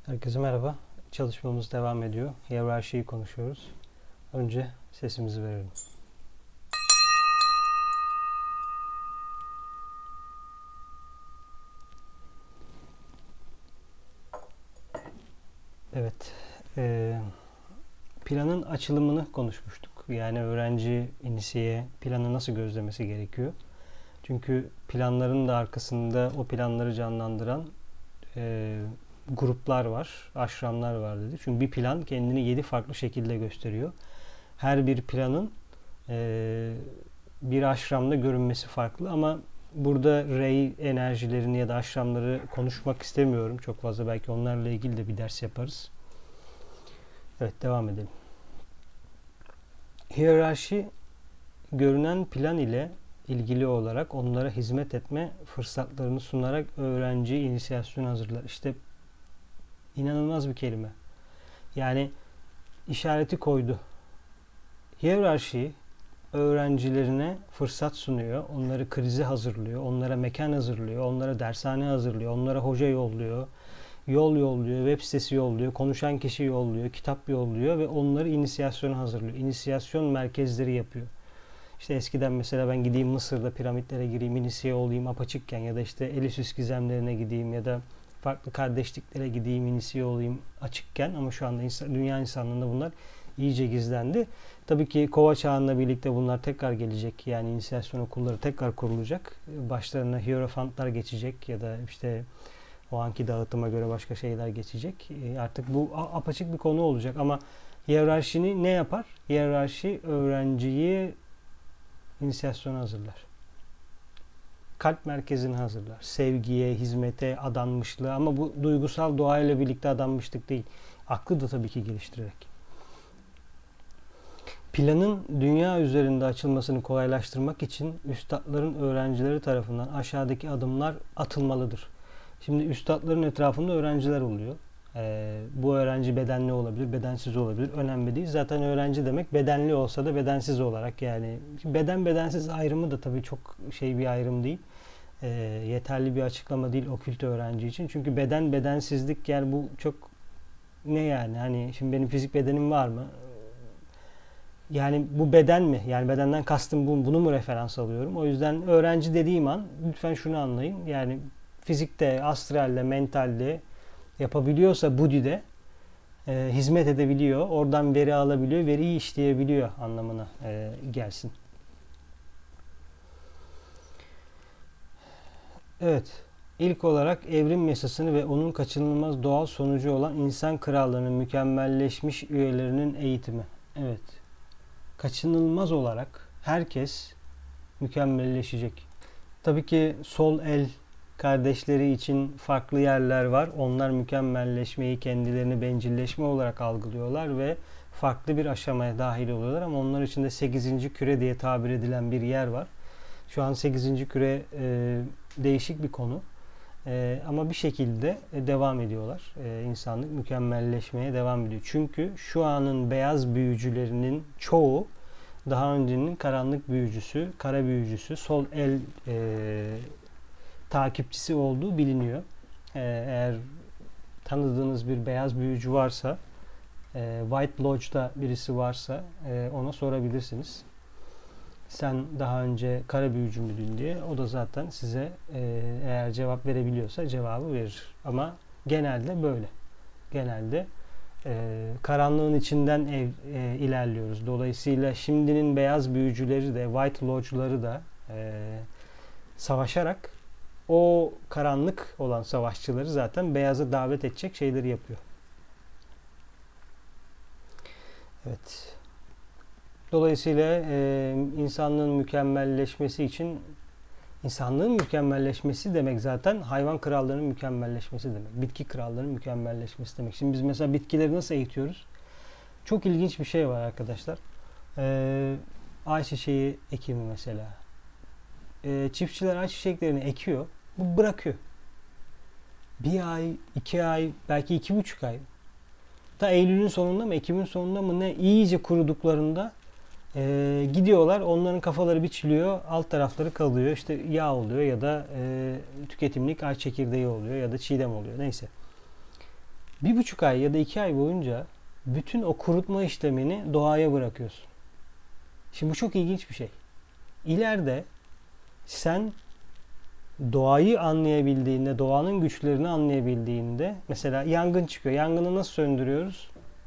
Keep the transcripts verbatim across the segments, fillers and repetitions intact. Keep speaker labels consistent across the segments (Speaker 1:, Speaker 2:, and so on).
Speaker 1: Herkese merhaba. Çalışmamız devam ediyor. Hiyerarşiyi konuşuyoruz. Önce sesimizi verelim. Evet. E, planın açılımını konuşmuştuk. Yani öğrenci inisiye planı nasıl gözlemesi gerekiyor? Çünkü planların da arkasında o planları canlandıran e, gruplar var, aşramlar var dedi. Çünkü bir plan kendini yedi farklı şekilde gösteriyor. Her bir planın e, bir aşramda görünmesi farklı ama burada rey enerjilerini ya da aşramları konuşmak istemiyorum çok fazla. Belki onlarla ilgili de bir ders yaparız. Evet, devam edelim. Hiyerarşi görünen plan ile ilgili olarak onlara hizmet etme fırsatlarını sunarak öğrenci inisiyasyon hazırlar. İşte inanılmaz bir kelime. Yani işareti koydu. Hiyerarşi öğrencilerine fırsat sunuyor. Onları krize hazırlıyor. Onlara mekan hazırlıyor. Onlara dershane hazırlıyor. Onlara hoca yolluyor. Yol yolluyor. Web sitesi yolluyor. Konuşan kişi yolluyor. Kitap yolluyor ve onları inisiyasyona hazırlıyor. İnisiyasyon merkezleri yapıyor. İşte eskiden mesela ben gideyim Mısır'da piramitlere gireyim, inisiye olayım apaçıkken ya da işte Elüsüs gizemlerine gideyim ya da farklı kardeşliklere gideyim, inisiye olayım açıkken ama şu anda insan, dünya insanlığında bunlar iyice gizlendi. Tabii ki Kova çağında birlikte bunlar tekrar gelecek. Yani inisiyasyon okulları tekrar kurulacak. Başlarına hierofantlar geçecek ya da işte o anki dağıtıma göre başka şeyler geçecek. Artık bu apaçık bir konu olacak ama hiyerarşini ne yapar? Hiyerarşi öğrenciyi inisiyasyona hazırlar. Kalp merkezini hazırlar. Sevgiye, hizmete, adanmışlığa ama bu duygusal doğayla birlikte adanmışlık değil. Aklı da tabii ki geliştirerek. Planın dünya üzerinde açılmasını kolaylaştırmak için üstadların öğrencileri tarafından aşağıdaki adımlar atılmalıdır. Şimdi üstadların etrafında öğrenciler oluyor. Ee, bu öğrenci bedenli olabilir, bedensiz olabilir. Önemli değil. Zaten öğrenci demek bedenli olsa da bedensiz olarak yani. Beden bedensiz ayrımı da tabii çok şey bir ayrım değil. Ee, yeterli bir açıklama değil okült öğrenci için. Çünkü beden bedensizlik yani bu çok ne yani hani şimdi benim fizik bedenim var mı? Yani bu beden mi? Yani bedenden kastım bu, bunu mu referans alıyorum? O yüzden öğrenci dediğim an lütfen şunu anlayın. Yani fizikte, astralde, mentalde yapabiliyorsa Budi'de e, hizmet edebiliyor. Oradan veri alabiliyor. Veriyi işleyebiliyor anlamına e, gelsin. Evet. İlk olarak evrim yasasını ve onun kaçınılmaz doğal sonucu olan insan krallığının mükemmelleşmiş üyelerinin eğitimi. Evet. Kaçınılmaz olarak herkes mükemmelleşecek. Tabii ki sol el kardeşleri için farklı yerler var. Onlar mükemmelleşmeyi kendilerini bencilleşme olarak algılıyorlar ve farklı bir aşamaya dahil oluyorlar ama onlar için de sekizinci küre diye tabir edilen bir yer var. Şu an sekizinci küre e, değişik bir konu. E, ama bir şekilde devam ediyorlar. E, insanlık mükemmelleşmeye devam ediyor. Çünkü şu anın beyaz büyücülerinin çoğu daha öncenin karanlık büyücüsü, kara büyücüsü, sol el e, takipçisi olduğu biliniyor. E, eğer tanıdığınız bir beyaz büyücü varsa, e, White Lodge'da birisi varsa e, ona sorabilirsiniz. Sen daha önce kara büyücü müydün diye. O da zaten size e, eğer cevap verebiliyorsa cevabı verir. Ama genelde böyle. Genelde e, karanlığın içinden ev, e, ilerliyoruz. Dolayısıyla şimdinin beyaz büyücüleri de, White Lodge'ları da e, savaşarak o karanlık olan savaşçıları zaten beyaza davet edecek şeyleri yapıyor. Evet. Dolayısıyla e, insanlığın mükemmelleşmesi için insanlığın mükemmelleşmesi demek zaten hayvan krallığının mükemmelleşmesi demek. Bitki krallığının mükemmelleşmesi demek. Şimdi biz mesela bitkileri nasıl eğitiyoruz? Çok ilginç bir şey var arkadaşlar. Ee, ayçiçeği ekimi mesela. Ee, çiftçiler ayçiçeklerini ekiyor. Bu bırakıyor. Bir ay, iki ay, belki iki buçuk ay. Ta Eylül'ün sonunda mı, Ekim'in sonunda mı ne iyice kuruduklarında e, gidiyorlar. Onların kafaları biçiliyor. Alt tarafları kalıyor. İşte yağ oluyor ya da e, tüketimlik ay çekirdeği oluyor ya da çiğdem oluyor. Neyse. Bir buçuk ay ya da iki ay boyunca bütün o kurutma işlemini doğaya bırakıyorsun. Şimdi bu çok ilginç bir şey. İleride sen doğayı anlayabildiğinde, doğanın güçlerini anlayabildiğinde, mesela yangın çıkıyor. Yangını nasıl söndürüyoruz?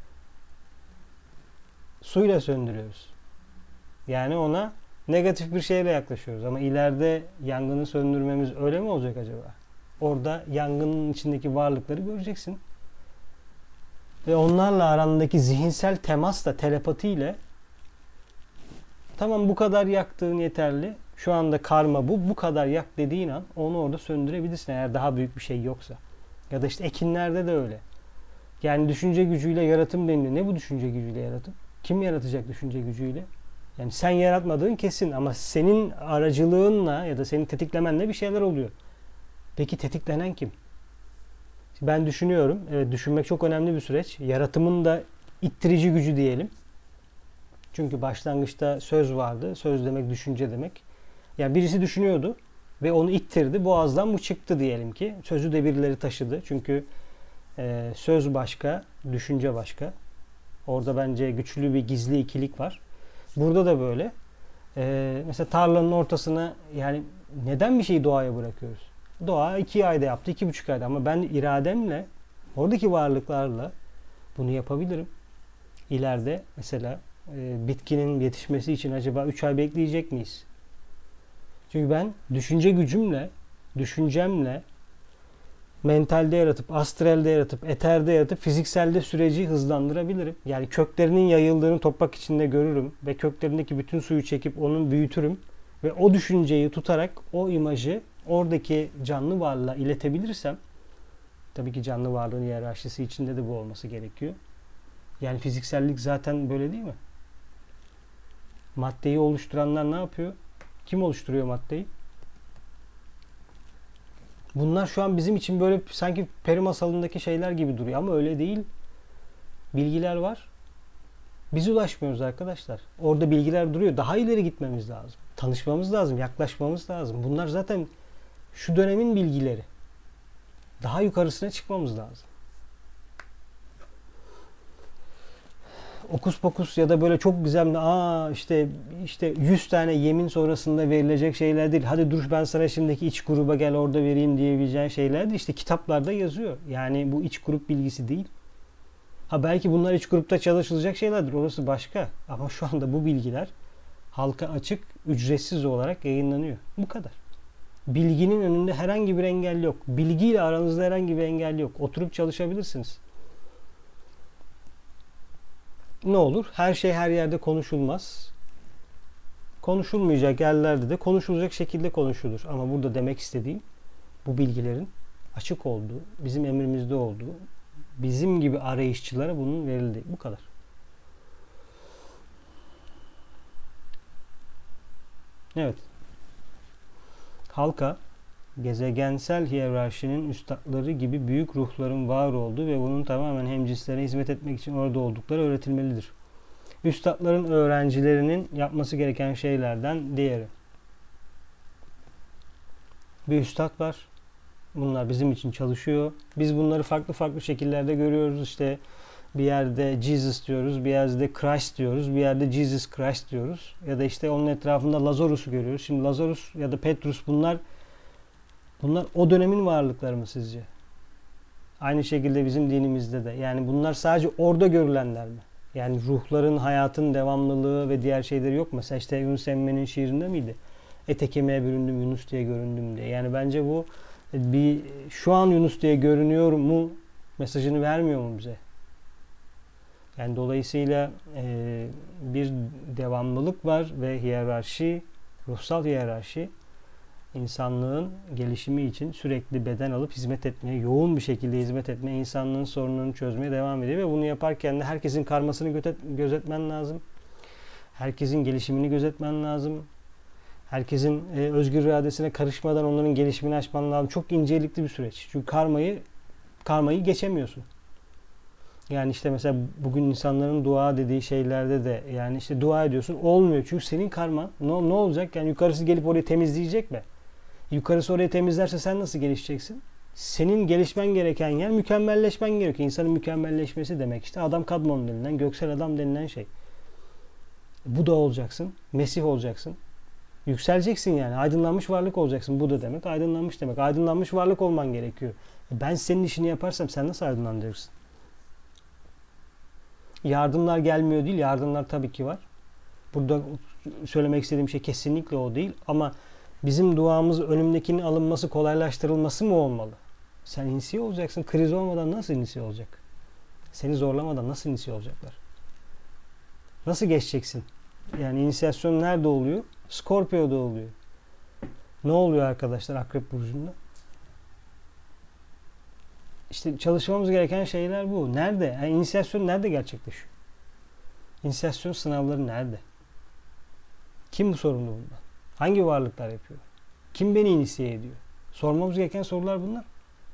Speaker 1: Suyla söndürüyoruz. Yani ona negatif bir şeyle yaklaşıyoruz. Ama ileride yangını söndürmemiz öyle mi olacak acaba? Orada yangının içindeki varlıkları göreceksin. Ve onlarla arandaki zihinsel temasla, telepatiyle tamam bu kadar yaktığın yeterli. Şu anda karma bu. Bu kadar yak dediğin an onu orada söndürebilirsin eğer daha büyük bir şey yoksa. Ya da işte ekinlerde de öyle. Yani düşünce gücüyle yaratım deniliyor. Ne bu düşünce gücüyle yaratım? Kim yaratacak düşünce gücüyle? Yani sen yaratmadığın kesin ama senin aracılığınla ya da senin tetiklemenle bir şeyler oluyor. Peki tetiklenen kim? Ben düşünüyorum. Evet, düşünmek çok önemli bir süreç. Yaratımın da ittirici gücü diyelim. Çünkü başlangıçta söz vardı. Söz demek düşünce demek. Yani birisi düşünüyordu ve onu ittirdi. Boğazdan bu çıktı diyelim ki. Sözü de birileri taşıdı. Çünkü e, söz başka, düşünce başka. Orada bence güçlü bir gizli ikilik var. Burada da böyle. E, mesela tarlanın ortasına yani neden bir şeyi doğaya bırakıyoruz? Doğa iki ayda yaptı, iki buçuk ayda ama ben irademle, oradaki varlıklarla bunu yapabilirim. İleride mesela e, bitkinin yetişmesi için acaba üç ay bekleyecek miyiz? Çünkü ben düşünce gücümle, düşüncemle mentalde yaratıp, astralde yaratıp, eterde yaratıp fizikselde süreci hızlandırabilirim. Yani köklerinin yayıldığını toprak içinde görürüm ve köklerindeki bütün suyu çekip onun büyütürüm ve o düşünceyi tutarak o imajı oradaki canlı varlığa iletebilirsem, tabii ki canlı varlığın hiyerarşisi içinde de bu olması gerekiyor. Yani fiziksellik zaten böyle değil mi? Maddeyi oluşturanlar ne yapıyor? Kim oluşturuyor maddeyi? Bunlar şu an bizim için böyle sanki peri masalındaki şeyler gibi duruyor ama öyle değil. Bilgiler var. Biz ulaşmıyoruz arkadaşlar. Orada bilgiler duruyor. Daha ileri gitmemiz lazım. Tanışmamız lazım, yaklaşmamız lazım. Bunlar zaten şu dönemin bilgileri. Daha yukarısına çıkmamız lazım. Okus pokus ya da böyle çok gizemli aa işte işte yüz tane yemin sonrasında verilecek şeyler değil. Hadi dur ben sana şimdiki iç gruba gel orada vereyim diyebileceğin şeyler değil. İşte kitaplarda yazıyor. Yani bu iç grup bilgisi değil. Ha belki bunlar iç grupta çalışılacak şeylerdir. Orası başka. Ama şu anda bu bilgiler halka açık, ücretsiz olarak yayınlanıyor. Bu kadar. Bilginin önünde herhangi bir engel yok. Bilgiyle aranızda herhangi bir engel yok. Oturup çalışabilirsiniz. Ne olur? Her şey her yerde konuşulmaz. Konuşulmayacak yerlerde de konuşulacak şekilde konuşulur. Ama burada demek istediğim bu bilgilerin açık olduğu, bizim emrimizde olduğu, bizim gibi arayışçılara bunun verildiği. Bu kadar. Evet. Halka gezegensel hiyerarşinin üstadları gibi büyük ruhların var olduğu ve bunun tamamen hemcinslere hizmet etmek için orada oldukları öğretilmelidir. Üstadların öğrencilerinin yapması gereken şeylerden diğeri. Bir üstad var. Bunlar bizim için çalışıyor. Biz bunları farklı farklı şekillerde görüyoruz. İşte bir yerde Jesus diyoruz, bir yerde Christ diyoruz, bir yerde Jesus Christ diyoruz. Ya da işte onun etrafında Lazarus'u görüyoruz. Şimdi Lazarus ya da Petrus bunlar bunlar o dönemin varlıkları mı sizce? Aynı şekilde bizim dinimizde de. Yani bunlar sadece orada görülenler mi? Yani ruhların, hayatın devamlılığı ve diğer şeyleri yok mu? Mesela işte Yunus Emre'nin şiirinde miydi? Ete kemiğe büründüm, Yunus diye göründüm diye. Yani bence bu bir şu an Yunus diye görünüyor mu mesajını vermiyor mu bize? Yani dolayısıyla e, bir devamlılık var ve hiyerarşi, ruhsal hiyerarşi insanlığın gelişimi için sürekli beden alıp hizmet etmeye, yoğun bir şekilde hizmet etmeye, insanlığın sorunlarını çözmeye devam ediyor ve bunu yaparken de herkesin karmasını gözetmen lazım. Herkesin gelişimini gözetmen lazım. Herkesin e, özgür iradesine karışmadan onların gelişimini açman lazım. Çok incelikli bir süreç. Çünkü karmayı karmayı geçemiyorsun. Yani işte mesela bugün insanların dua dediği şeylerde de yani işte dua ediyorsun olmuyor. Çünkü senin karman ne, ne olacak? Yani yukarısı gelip orayı temizleyecek mi? Yukarısı orayı temizlerse sen nasıl gelişeceksin? Senin gelişmen gereken yer mükemmelleşmen gerekiyor. İnsanın mükemmelleşmesi demek işte adam kadmon denilen, göksel adam denilen şey. Buda olacaksın, Mesih olacaksın. Yükseleceksin yani. Aydınlanmış varlık olacaksın. Buda demek, aydınlanmış demek. Aydınlanmış varlık olman gerekiyor. Ben senin işini yaparsam sen nasıl aydınlanacaksın? Yardımlar gelmiyor değil, yardımlar tabii ki var. Burada söylemek istediğim şey kesinlikle o değil. Ama bizim duamız önümdekinin alınması, kolaylaştırılması mı olmalı? Sen inisiye olacaksın. Kriz olmadan nasıl inisiye olacak? Seni zorlamadan nasıl inisiye olacaklar? Nasıl geçeceksin? Yani inisiyasyon nerede oluyor? Skorpio'da oluyor. Ne oluyor arkadaşlar Akrep Burcu'nda? İşte çalışmamız gereken şeyler bu. Nerede? Yani inisiyasyon nerede gerçekleşiyor? İnisiyasyon sınavları nerede? Kim bu sorumlu bundan? Hangi varlıklar yapıyor? Kim beni inisiye ediyor? Sormamız gereken sorular bunlar.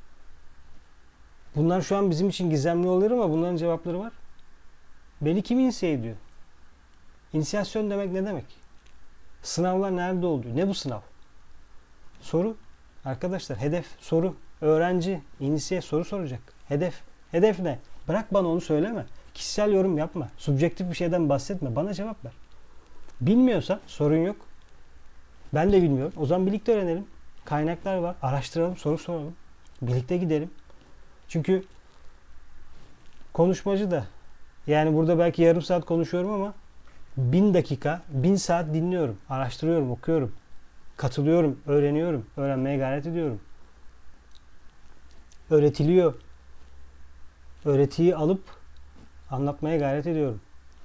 Speaker 1: Bunlar şu an bizim için gizemli oluyor ama bunların cevapları var. Beni kim inisiye ediyor? İnisiyasyon demek ne demek? Sınavlar nerede oluyor? Ne bu sınav? Soru. Arkadaşlar hedef, soru. Öğrenci, inisiye soru soracak. Hedef. Hedef ne? Bırak bana onu söyleme. Kişisel yorum yapma. Subjektif bir şeyden bahsetme. Bana cevap ver. Bilmiyorsa sorun yok. Ben de bilmiyorum. O zaman birlikte öğrenelim. Kaynaklar var. Araştıralım, soru soralım. Birlikte gidelim. Çünkü konuşmacı da yani burada belki yarım saat konuşuyorum ama bin dakika, bin saat dinliyorum. Araştırıyorum, okuyorum. Katılıyorum, öğreniyorum. Öğrenmeye gayret ediyorum. Öğretiliyor. Öğretiyi alıp anlatmaya gayret ediyorum.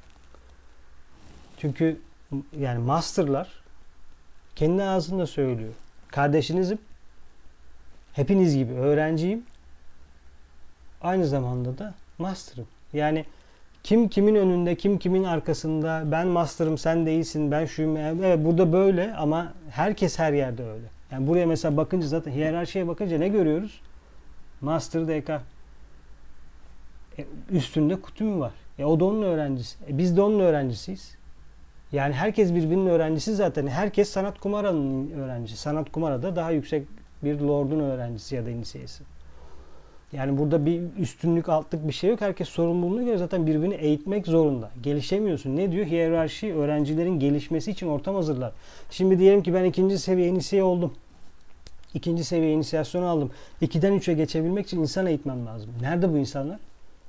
Speaker 1: Çünkü yani masterlar kendi ağzında söylüyor. Kardeşinizim. Hepiniz gibi öğrenciyim. Aynı zamanda da master'ım. Yani kim kimin önünde, kim kimin arkasında, ben master'ım, sen değilsin, ben şuyum. Evet burada böyle ama herkes her yerde öyle. Yani buraya mesela bakınca zaten hiyerarşiye bakınca ne görüyoruz? Master D K. E, üstünde kutumu var. E, o da onun öğrencisi. E, biz de onun öğrencisiyiz. Yani herkes birbirinin öğrencisi zaten. Herkes Sanat Kumara'nın öğrencisi. Sanat Kumara da daha yüksek bir lordun öğrencisi ya da inisiyesi. Yani burada bir üstünlük, altlık bir şey yok. Herkes sorumluluğuna göre zaten birbirini eğitmek zorunda. Gelişemiyorsun. Ne diyor? Hiyerarşi öğrencilerin gelişmesi için ortam hazırlar. Şimdi diyelim ki ben ikinci seviye inisiye oldum. İkinci seviye inisiyasyonu aldım. ikiden üçe geçebilmek için insan eğitmem lazım. Nerede bu insanlar?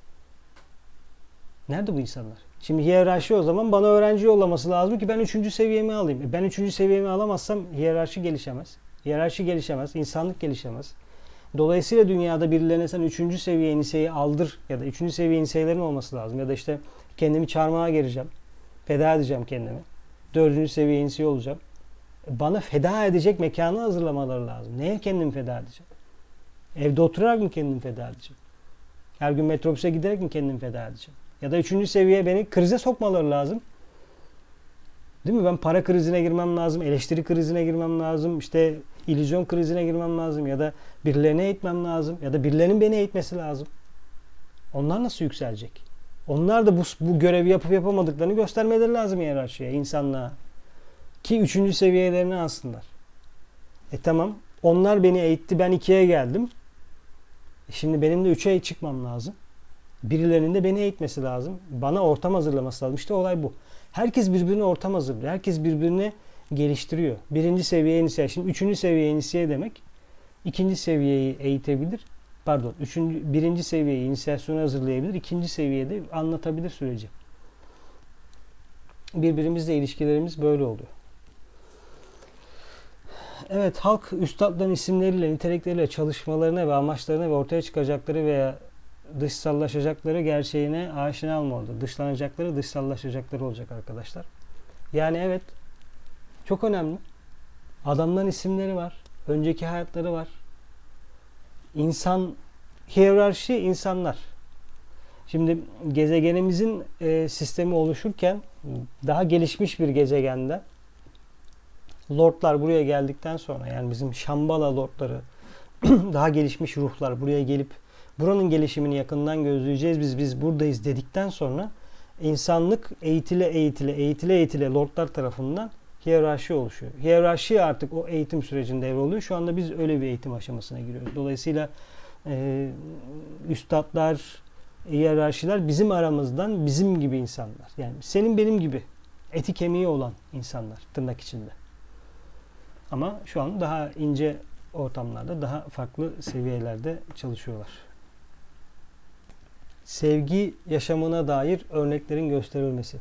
Speaker 1: Nerede bu insanlar? Şimdi hiyerarşi o zaman bana öğrenci yollaması lazım ki ben üçüncü seviyemi alayım. E ben üçüncü seviyemi alamazsam hiyerarşi gelişemez. Hiyerarşi gelişemez. İnsanlık gelişemez. Dolayısıyla dünyada birilerine sen üçüncü seviye iniseyi aldır ya da üçüncü seviye iniseyelerin olması lazım. Ya da işte kendimi çarmıha gereceğim. Feda edeceğim kendimi. dördüncü seviye inisiye olacağım. Bana feda edecek mekanı hazırlamaları lazım. Neye kendimi feda edeceğim? Evde oturarak mı kendimi feda edeceğim? Her gün metrobüse giderek mi kendimi feda edeceğim? Ya da üçüncü seviye beni krize sokmaları lazım. Değil mi? Ben para krizine girmem lazım, eleştiri krizine girmem lazım, işte illüzyon krizine girmem lazım ya da birilerine eğitmem lazım ya da birilerinin beni eğitmesi lazım. Onlar nasıl yükselecek? Onlar da bu, bu görevi yapıp yapamadıklarını göstermeleri lazım hiyerarşiye, insanlığa. Ki üçüncü seviyelerini alsınlar. E tamam, onlar beni eğitti, ben ikiye geldim. E şimdi benim de üçe çıkmam lazım. Birilerinin de beni eğitmesi lazım. Bana ortam hazırlaması lazım. İşte olay bu. Herkes birbirine ortam hazırlıyor. Herkes birbirini geliştiriyor. Birinci seviye inisiye. Şimdi üçüncü seviye inisiye demek. İkinci seviyeyi eğitebilir. Pardon. Üçüncü, birinci seviyeyi inisiyasyonu hazırlayabilir. İkinci seviyede anlatabilir süreci. Birbirimizle ilişkilerimiz böyle oluyor. Evet, halk üstadların isimleriyle, nitelikleriyle, çalışmalarına ve amaçlarına ve ortaya çıkacakları veya dışsallaşacakları gerçeğine aşina olmalıdır. Dışlanacakları, dışsallaşacakları olacak arkadaşlar. Yani evet, çok önemli. Adamların isimleri var. Önceki hayatları var. İnsan, hiyerarşi insanlar. Şimdi gezegenimizin e, sistemi oluşurken daha gelişmiş bir gezegende lordlar buraya geldikten sonra yani bizim Şambhala lordları daha gelişmiş ruhlar buraya gelip buranın gelişimini yakından gözleyeceğiz biz biz buradayız dedikten sonra insanlık eğitile eğitile eğitile eğitile lordlar tarafından hiyerarşi oluşuyor. Hiyerarşi artık o eğitim sürecinde devroluyor. Şu anda biz öyle bir eğitim aşamasına giriyoruz. Dolayısıyla e, üstadlar, hiyerarşiler bizim aramızdan bizim gibi insanlar. Yani senin benim gibi eti kemiği olan insanlar tırnak içinde. Ama şu an daha ince ortamlarda, daha farklı seviyelerde çalışıyorlar. Sevgi yaşamına dair örneklerin gösterilmesi.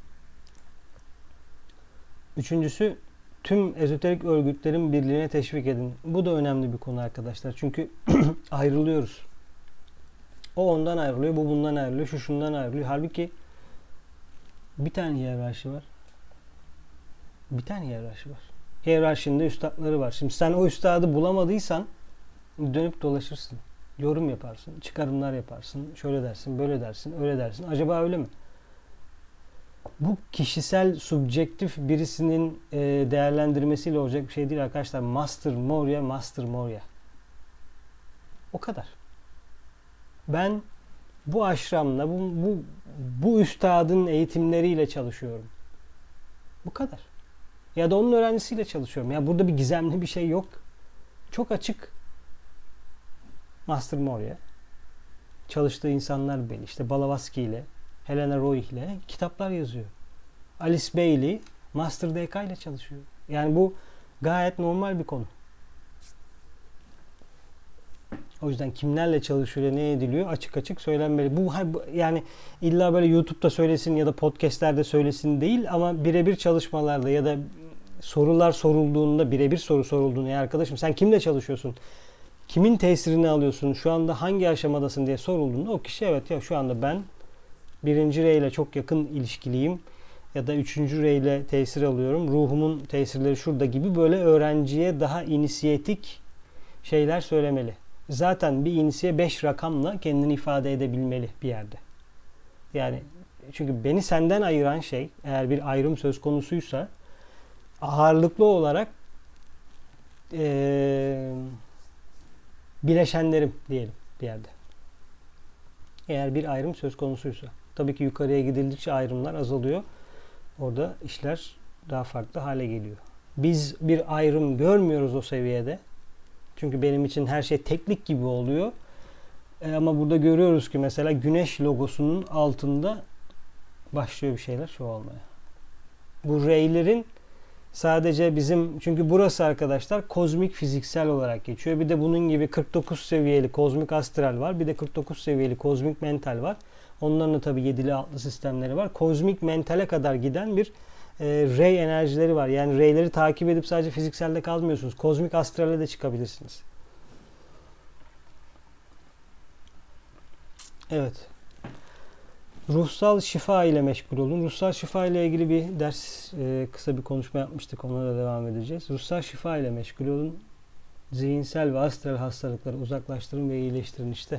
Speaker 1: Üçüncüsü, tüm ezoterik örgütlerin birliğine teşvik edin. Bu da önemli bir konu arkadaşlar. Çünkü ayrılıyoruz. O ondan ayrılıyor, bu bundan ayrılıyor, şu şundan ayrılıyor. Halbuki bir tane hiyerarşi var. Bir tane hiyerarşi var. Hiyerarşinde üstadları var. Şimdi sen o üstadı bulamadıysan dönüp dolaşırsın. Yorum yaparsın, çıkarımlar yaparsın. Şöyle dersin, böyle dersin, öyle dersin. Acaba öyle mi? Bu kişisel, subjektif birisinin e, değerlendirmesiyle olacak bir şey değil arkadaşlar. Master Moria, Master Moria. O kadar. Ben bu aşramla, bu, bu, bu üstadın eğitimleriyle çalışıyorum. Bu kadar. Ya da onun öğrencisiyle çalışıyorum. Ya burada bir gizemli bir şey yok. Çok açık. Master Moria. Çalıştığı insanlar belli. İşte Blavatsky ile, Helena Roy ile kitaplar yazıyor. Alice Bailey, Master D K ile çalışıyor. Yani bu gayet normal bir konu. O yüzden kimlerle çalışıyor, ne ediliyor açık açık söylenmeli. Bu yani illa böyle YouTube'da söylesin ya da podcastlerde söylesin değil ama birebir çalışmalarda ya da sorular sorulduğunda, birebir soru sorulduğunda ya arkadaşım sen kimle çalışıyorsun? Kimin tesirini alıyorsun? Şu anda hangi aşamadasın diye sorulduğunda o kişi evet ya şu anda ben birinci rey ile çok yakın ilişkiliyim ya da üçüncü rey ile tesir alıyorum. Ruhumun tesirleri şurada gibi böyle öğrenciye daha inisiyatik şeyler söylemeli. Zaten bir inisiye beş rakamla kendini ifade edebilmeli bir yerde. Yani çünkü beni senden ayıran şey eğer bir ayrım söz konusuysa ağırlıklı olarak ee, bileşenlerim diyelim bir yerde. Eğer bir ayrım söz konusuysa. Tabii ki yukarıya gidildikçe ayrımlar azalıyor. Orada işler daha farklı hale geliyor. Biz bir ayrım görmüyoruz o seviyede. Çünkü benim için her şey teklik gibi oluyor. E ama burada görüyoruz ki mesela güneş logosunun altında başlıyor bir şeyler şu olmaya. Bu reylerin sadece bizim çünkü burası arkadaşlar kozmik fiziksel olarak geçiyor. Bir de bunun gibi kırk dokuz seviyeli kozmik astral var. Bir de kırk dokuz seviyeli kozmik mental var. Onların da tabii yedili altlı sistemleri var. Kozmik mentale kadar giden bir e, ray enerjileri var. Yani rayleri takip edip sadece fizikselde kalmıyorsunuz. Kozmik astrale de çıkabilirsiniz. Evet. Ruhsal şifa ile meşgul olun. Ruhsal şifa ile ilgili bir ders, e, kısa bir konuşma yapmıştık. Ona da devam edeceğiz. Ruhsal şifa ile meşgul olun. Zihinsel ve astral hastalıkları uzaklaştırın ve iyileştirin işte.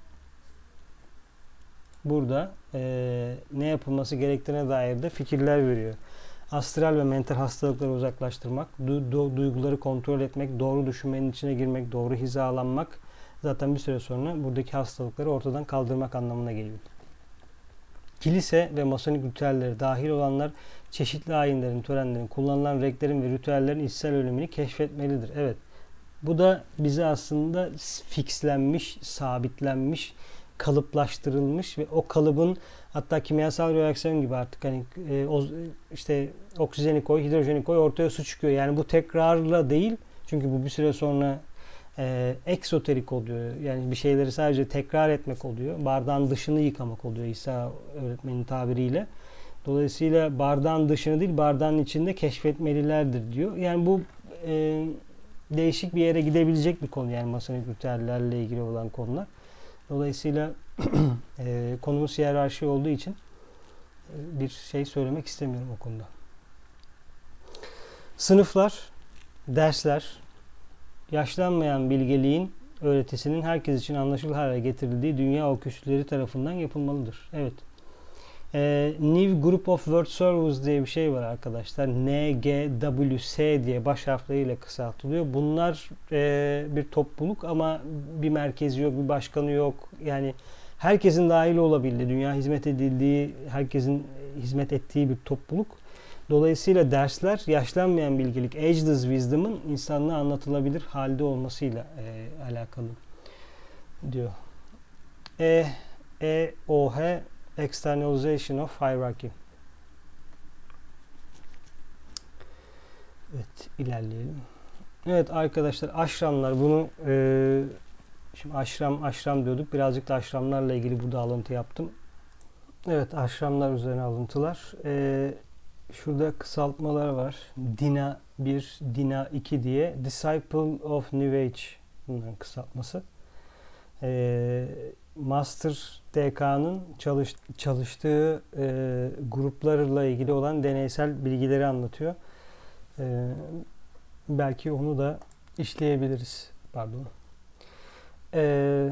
Speaker 1: Burada e, ne yapılması gerektiğine dair de fikirler veriyor. Astral ve mental hastalıkları uzaklaştırmak, du- du- duyguları kontrol etmek, doğru düşünmenin içine girmek, doğru hizalanmak zaten bir süre sonra buradaki hastalıkları ortadan kaldırmak anlamına geliyor. Kilise ve masonik ritüelleri dahil olanlar çeşitli ayinlerin, törenlerin, kullanılan renklerin ve ritüellerin içsel önemini keşfetmelidir. Evet. Bu da bize aslında fixlenmiş, sabitlenmiş, kalıplaştırılmış ve o kalıbın hatta kimyasal reaksiyon gibi artık hani e, o, işte oksijeni koy, hidrojeni koy ortaya su çıkıyor. Yani bu tekrarla değil. Çünkü bu bir süre sonra e, eksoterik oluyor. Yani bir şeyleri sadece tekrar etmek oluyor. Bardağın dışını yıkamak oluyor İsa öğretmenin tabiriyle. Dolayısıyla bardağın dışını değil bardağın içinde keşfetmelilerdir diyor. Yani bu e, değişik bir yere gidebilecek bir konu yani masonik ritüellerle ilgili olan konular. Dolayısıyla e, konumuz hiyerarşi olduğu için e, bir şey söylemek istemiyorum o konuda. Sınıflar, dersler, yaşlanmayan bilgeliğin öğretisinin herkes için anlaşılır hale getirildiği dünya okültleri tarafından yapılmalıdır. Evet. E, New Group of World Servers diye bir şey var arkadaşlar. N G W S diye baş harfleriyle kısaltılıyor. Bunlar e, bir topluluk ama bir merkezi yok, bir başkanı yok. Yani herkesin dahil olabildiği, dünya hizmet edildiği, herkesin hizmet ettiği bir topluluk. Dolayısıyla dersler yaşlanmayan bilgelik, ageless wisdom'ın insanlığa anlatılabilir halde olmasıyla e, alakalı diyor. E, E, O, H Externalization of Hierarchy. Evet, ilerleyelim. Evet arkadaşlar, aşramlar, bunu e, şimdi aşram aşram diyorduk. Birazcık da aşramlarla ilgili burada alıntı yaptım. Evet, aşramlar üzerine alıntılar. E, şurada kısaltmalar var. Dina bir, Dina iki diye. Disciple of New Age, bunların kısaltması. E, Master D K'nın çalış, çalıştığı e, gruplarla ilgili olan deneysel bilgileri anlatıyor. E, belki onu da işleyebiliriz. Pardon. E,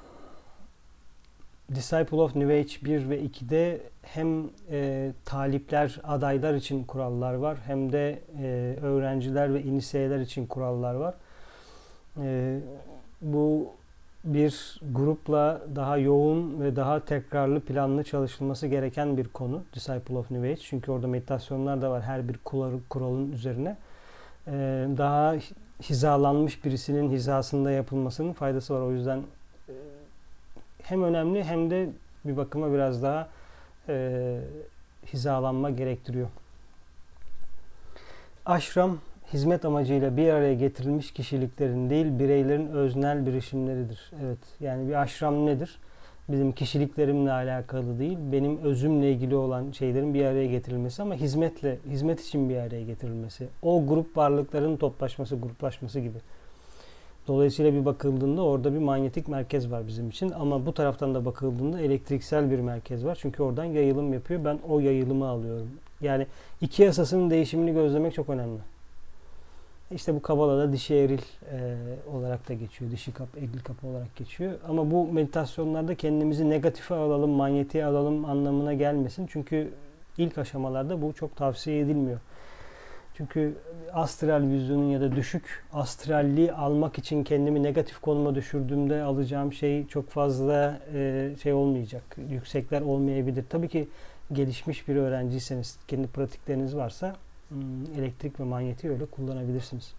Speaker 1: Disciple of New Age bir ve iki'de hem e, talipler, adaylar için kurallar var, hem de e, öğrenciler ve inisiyeler için kurallar var. E, bu bir grupla daha yoğun ve daha tekrarlı, planlı çalışılması gereken bir konu. Disciple of New Age. Çünkü orada meditasyonlar da var her bir kuralın üzerine. Ee, daha hizalanmış birisinin hizasında yapılmasının faydası var. O yüzden e, hem önemli hem de bir bakıma biraz daha e, hizalanma gerektiriyor. Aşram, hizmet amacıyla bir araya getirilmiş kişiliklerin değil, bireylerin öznel birişimleridir. Evet, yani bir aşram nedir? Bizim kişiliklerimle alakalı değil, benim özümle ilgili olan şeylerin bir araya getirilmesi ama hizmetle, hizmet için bir araya getirilmesi. O grup varlıkların toplaşması, gruplaşması gibi. Dolayısıyla bir bakıldığında orada bir manyetik merkez var bizim için ama bu taraftan da bakıldığında elektriksel bir merkez var. Çünkü oradan yayılım yapıyor. Ben o yayılımı alıyorum. Yani iki yasasının değişimini gözlemek çok önemli. İşte bu Kabala'da dişi eril e, olarak da geçiyor. Dişi kap, eril kapı olarak geçiyor. Ama bu meditasyonlarda kendimizi negatife alalım, manyetiğe alalım anlamına gelmesin. Çünkü ilk aşamalarda bu çok tavsiye edilmiyor. Çünkü astral vizyonun ya da düşük astralliği almak için kendimi negatif konuma düşürdüğümde alacağım şey çok fazla e, şey olmayacak. Yüksekler olmayabilir. Tabii ki gelişmiş bir öğrenciyseniz, kendi pratikleriniz varsa elektrik ve manyetiği öyle kullanabilirsiniz.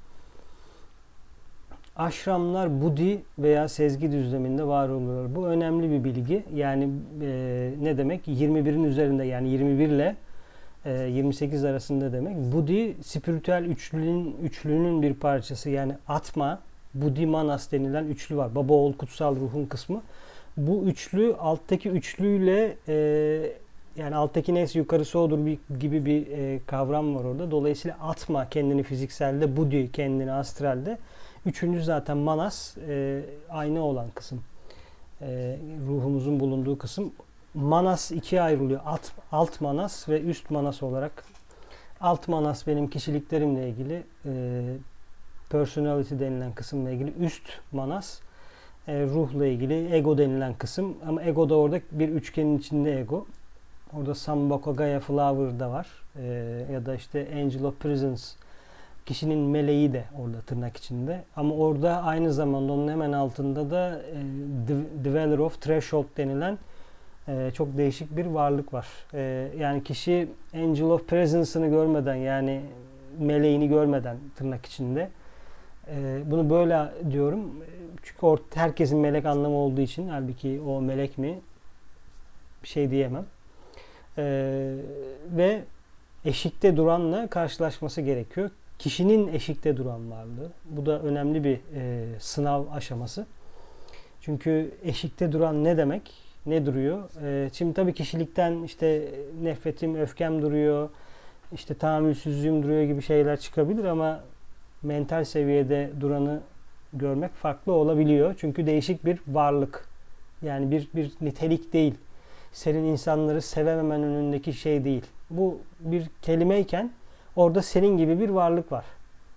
Speaker 1: Aşramlar Budi veya sezgi düzleminde var oluyor. Bu önemli bir bilgi. Yani e, ne demek? yirmi birin üzerinde, yani yirmi bir ile e, yirmi sekiz arasında demek. Budi spiritüel üçlünün üçlünün bir parçası. Yani Atma, Budi, Manas denilen üçlü var. Baba, oğul, kutsal ruhun kısmı. Bu üçlü alttaki üçlüyle e, yani alttaki neyse yukarısı odur bir, gibi bir e, kavram var orada. Dolayısıyla Atma kendini fizikselde, Budi kendini astralde. Üçüncü zaten Manas, e, aynı olan kısım. E, ruhumuzun bulunduğu kısım. Manas ikiye ayrılıyor. Alt, alt Manas ve üst Manas olarak. Alt Manas benim kişiliklerimle ilgili, e, personality denilen kısımla ilgili. Üst Manas e, ruhla ilgili, ego denilen kısım. Ama ego da orada bir üçgenin içinde ego. Orada Sambhogakaya Flower da var. Ee, ya da işte Angel of Presence, kişinin meleği de orada tırnak içinde. Ama orada aynı zamanda onun hemen altında da e, Dweller of Threshold denilen e, çok değişik bir varlık var. E, yani kişi Angel of Presence'ını görmeden, yani meleğini görmeden tırnak içinde. E, bunu böyle diyorum. Çünkü orta, herkesin melek anlamı olduğu için, halbuki o melek mi bir şey diyemem. Ee, ve eşikte duranla karşılaşması gerekiyor. Kişinin eşikte duran varlığı. Bu da önemli bir e, sınav aşaması. Çünkü eşikte duran ne demek? Ne duruyor? E, şimdi tabii kişilikten işte nefretim, öfkem duruyor, işte tahammülsüzlüğüm duruyor gibi şeyler çıkabilir ama mental seviyede duranı görmek farklı olabiliyor. Çünkü değişik bir varlık. Yani bir bir nitelik değil. Senin insanları sevememen önündeki şey değil. Bu bir kelimeyken orada senin gibi bir varlık var.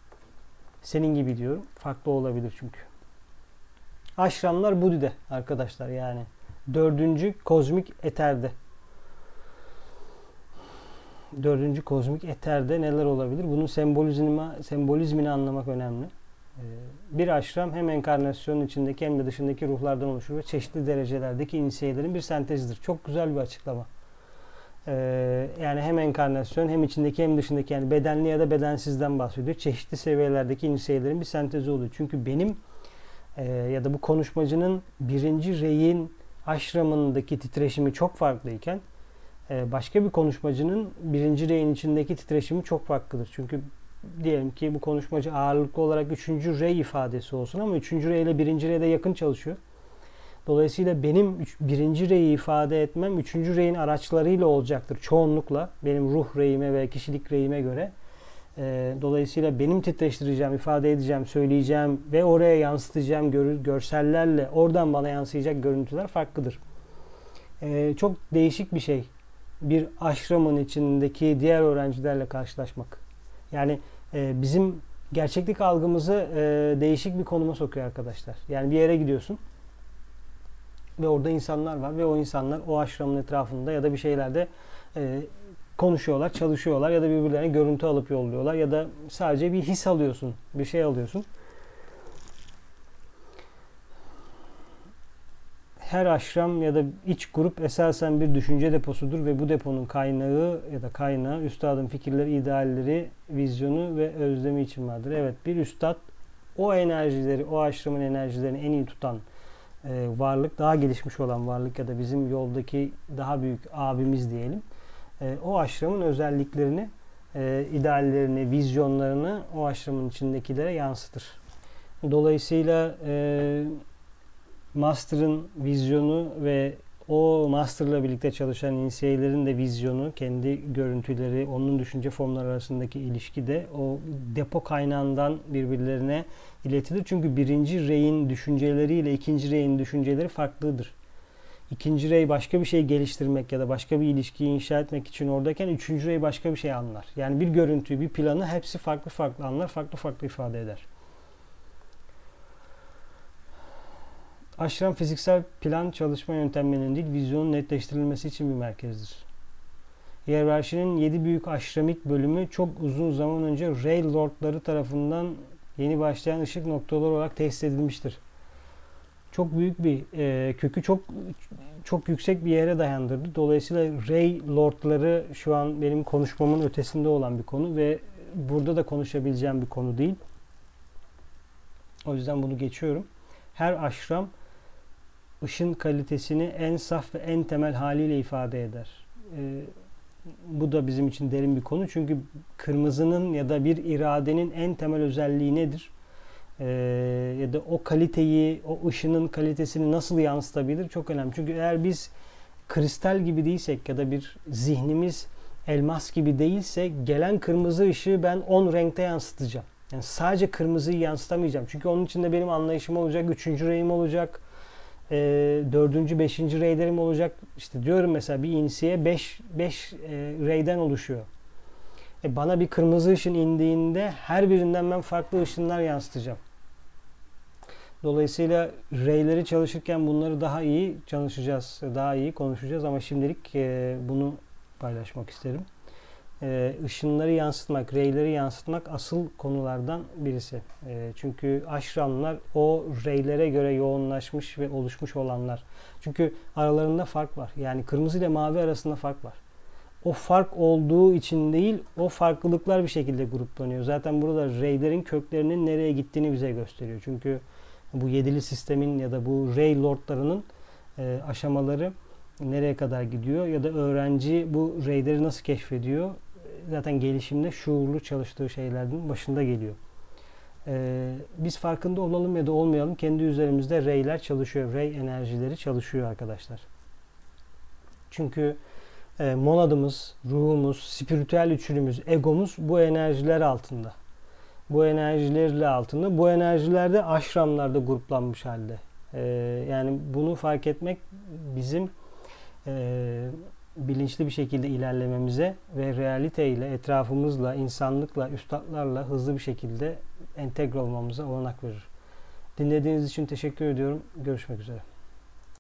Speaker 1: Senin gibi diyorum. Farklı olabilir çünkü. Aşramlar Budi'de arkadaşlar, yani dördüncü kozmik eterde. Dördüncü kozmik eterde neler olabilir? Bunun sembolizmi, sembolizmini anlamak önemli. Bir aşram hem enkarnasyonun içindeki hem de dışındaki ruhlardan oluşur ve çeşitli derecelerdeki inisiyelerin bir sentezidir. Çok güzel bir açıklama. Ee, yani hem enkarnasyon hem içindeki hem dışındaki, yani bedenli ya da bedensizden bahsediyor. Çeşitli seviyelerdeki inisiyelerin bir sentezi oluyor. Çünkü benim e, ya da bu konuşmacının birinci reyin aşramındaki titreşimi çok farklıyken e, başka bir konuşmacının birinci reyin içindeki titreşimi çok farklıdır. Çünkü diyelim ki bu konuşmacı ağırlıklı olarak üçüncü rey ifadesi olsun ama üçüncü rey ile birinci reyde yakın çalışıyor. Dolayısıyla benim üç, birinci reyi ifade etmem üçüncü reyin araçlarıyla olacaktır çoğunlukla. Benim ruh reyime ve kişilik reyime göre. E, dolayısıyla benim titreştireceğim, ifade edeceğim, söyleyeceğim ve oraya yansıtacağım gör, görsellerle oradan bana yansıyacak görüntüler farklıdır. E, çok değişik bir şey. Bir aşramın içindeki diğer öğrencilerle karşılaşmak. Yani e, bizim gerçeklik algımızı e, değişik bir konuma sokuyor arkadaşlar. Yani bir yere gidiyorsun ve orada insanlar var ve o insanlar o aşramın etrafında ya da bir şeylerde e, konuşuyorlar, çalışıyorlar ya da birbirlerine görüntü alıp yolluyorlar ya da sadece bir his alıyorsun, bir şey alıyorsun. Her aşram ya da iç grup esasen bir düşünce deposudur ve bu deponun kaynağı ya da kaynağı üstadın fikirleri, idealleri, vizyonu ve özlemi için vardır. Evet, bir üstad o enerjileri, o aşramın enerjilerini en iyi tutan e, varlık, daha gelişmiş olan varlık ya da bizim yoldaki daha büyük abimiz diyelim. E, o aşramın özelliklerini, e, ideallerini, vizyonlarını o aşramın içindekilere yansıtır. Dolayısıyla e, Master'ın vizyonu ve o Master'la birlikte çalışan inisiyelerin de vizyonu, kendi görüntüleri, onun düşünce formları arasındaki ilişki de o depo kaynağından birbirlerine iletilir. Çünkü birinci reyin düşünceleriyle ikinci reyin düşünceleri farklıdır. İkinci rey başka bir şey geliştirmek ya da başka bir ilişkiyi inşa etmek için oradayken üçüncü rey başka bir şey anlar. Yani bir görüntüyü, bir planı hepsi farklı farklı anlar, farklı farklı ifade eder. Aşram fiziksel plan çalışma yöntemlerinin değil, vizyonun netleştirilmesi için bir merkezdir. Hiyerarşinin yedi büyük aşramik bölümü çok uzun zaman önce Rey Lordları tarafından yeni başlayan ışık noktaları olarak tesis edilmiştir. Çok büyük bir e, kökü çok çok yüksek bir yere dayandırdı. Dolayısıyla Rey Lordları şu an benim konuşmamın ötesinde olan bir konu ve burada da konuşabileceğim bir konu değil. O yüzden bunu geçiyorum. Her aşram ışın kalitesini en saf ve en temel haliyle ifade eder. Ee, bu da bizim için derin bir konu. Çünkü kırmızının ya da bir iradenin en temel özelliği nedir? Ee, ya da o kaliteyi, o ışının kalitesini nasıl yansıtabilir? Çok önemli. Çünkü eğer biz kristal gibi değilsek ya da bir zihnimiz elmas gibi değilse gelen kırmızı ışığı ben on renkte yansıtacağım. Yani sadece kırmızıyı yansıtamayacağım. Çünkü onun içinde benim anlayışım olacak, üçüncü reyim olacak, e, dördüncü, beşinci reylerim olacak. İşte diyorum mesela bir insiye beş, beş e, reyden oluşuyor. E, bana bir kırmızı ışın indiğinde her birinden ben farklı ışınlar yansıtacağım. Dolayısıyla reyleri çalışırken bunları daha iyi çalışacağız, daha iyi konuşacağız ama şimdilik e, bunu paylaşmak isterim. Ee, ışınları yansıtmak, reyleri yansıtmak asıl konulardan birisi. Ee, çünkü aşramlar o reylere göre yoğunlaşmış ve oluşmuş olanlar. Çünkü aralarında fark var. Yani kırmızı ile mavi arasında fark var. O fark olduğu için değil, o farklılıklar bir şekilde gruplanıyor. Zaten burada reylerin köklerinin nereye gittiğini bize gösteriyor. Çünkü bu yedili sistemin ya da bu rey lordlarının e, aşamaları nereye kadar gidiyor ya da öğrenci bu reyleri nasıl keşfediyor? Zaten gelişimde şuurlu çalıştığı şeylerden başında geliyor. Ee, biz farkında olalım ya da olmayalım kendi üzerimizde reyler çalışıyor. Rey enerjileri çalışıyor arkadaşlar. Çünkü e, monadımız, ruhumuz, spiritüel üçlümüz, egomuz bu enerjiler altında. Bu enerjilerle altında. Bu enerjilerde aşramlarda gruplanmış halde. Ee, yani bunu fark etmek bizim e, bilinçli bir şekilde ilerlememize ve realiteyle, etrafımızla, insanlıkla, üstadlarla hızlı bir şekilde entegre olmamıza olanak verir. Dinlediğiniz için teşekkür ediyorum. Görüşmek üzere.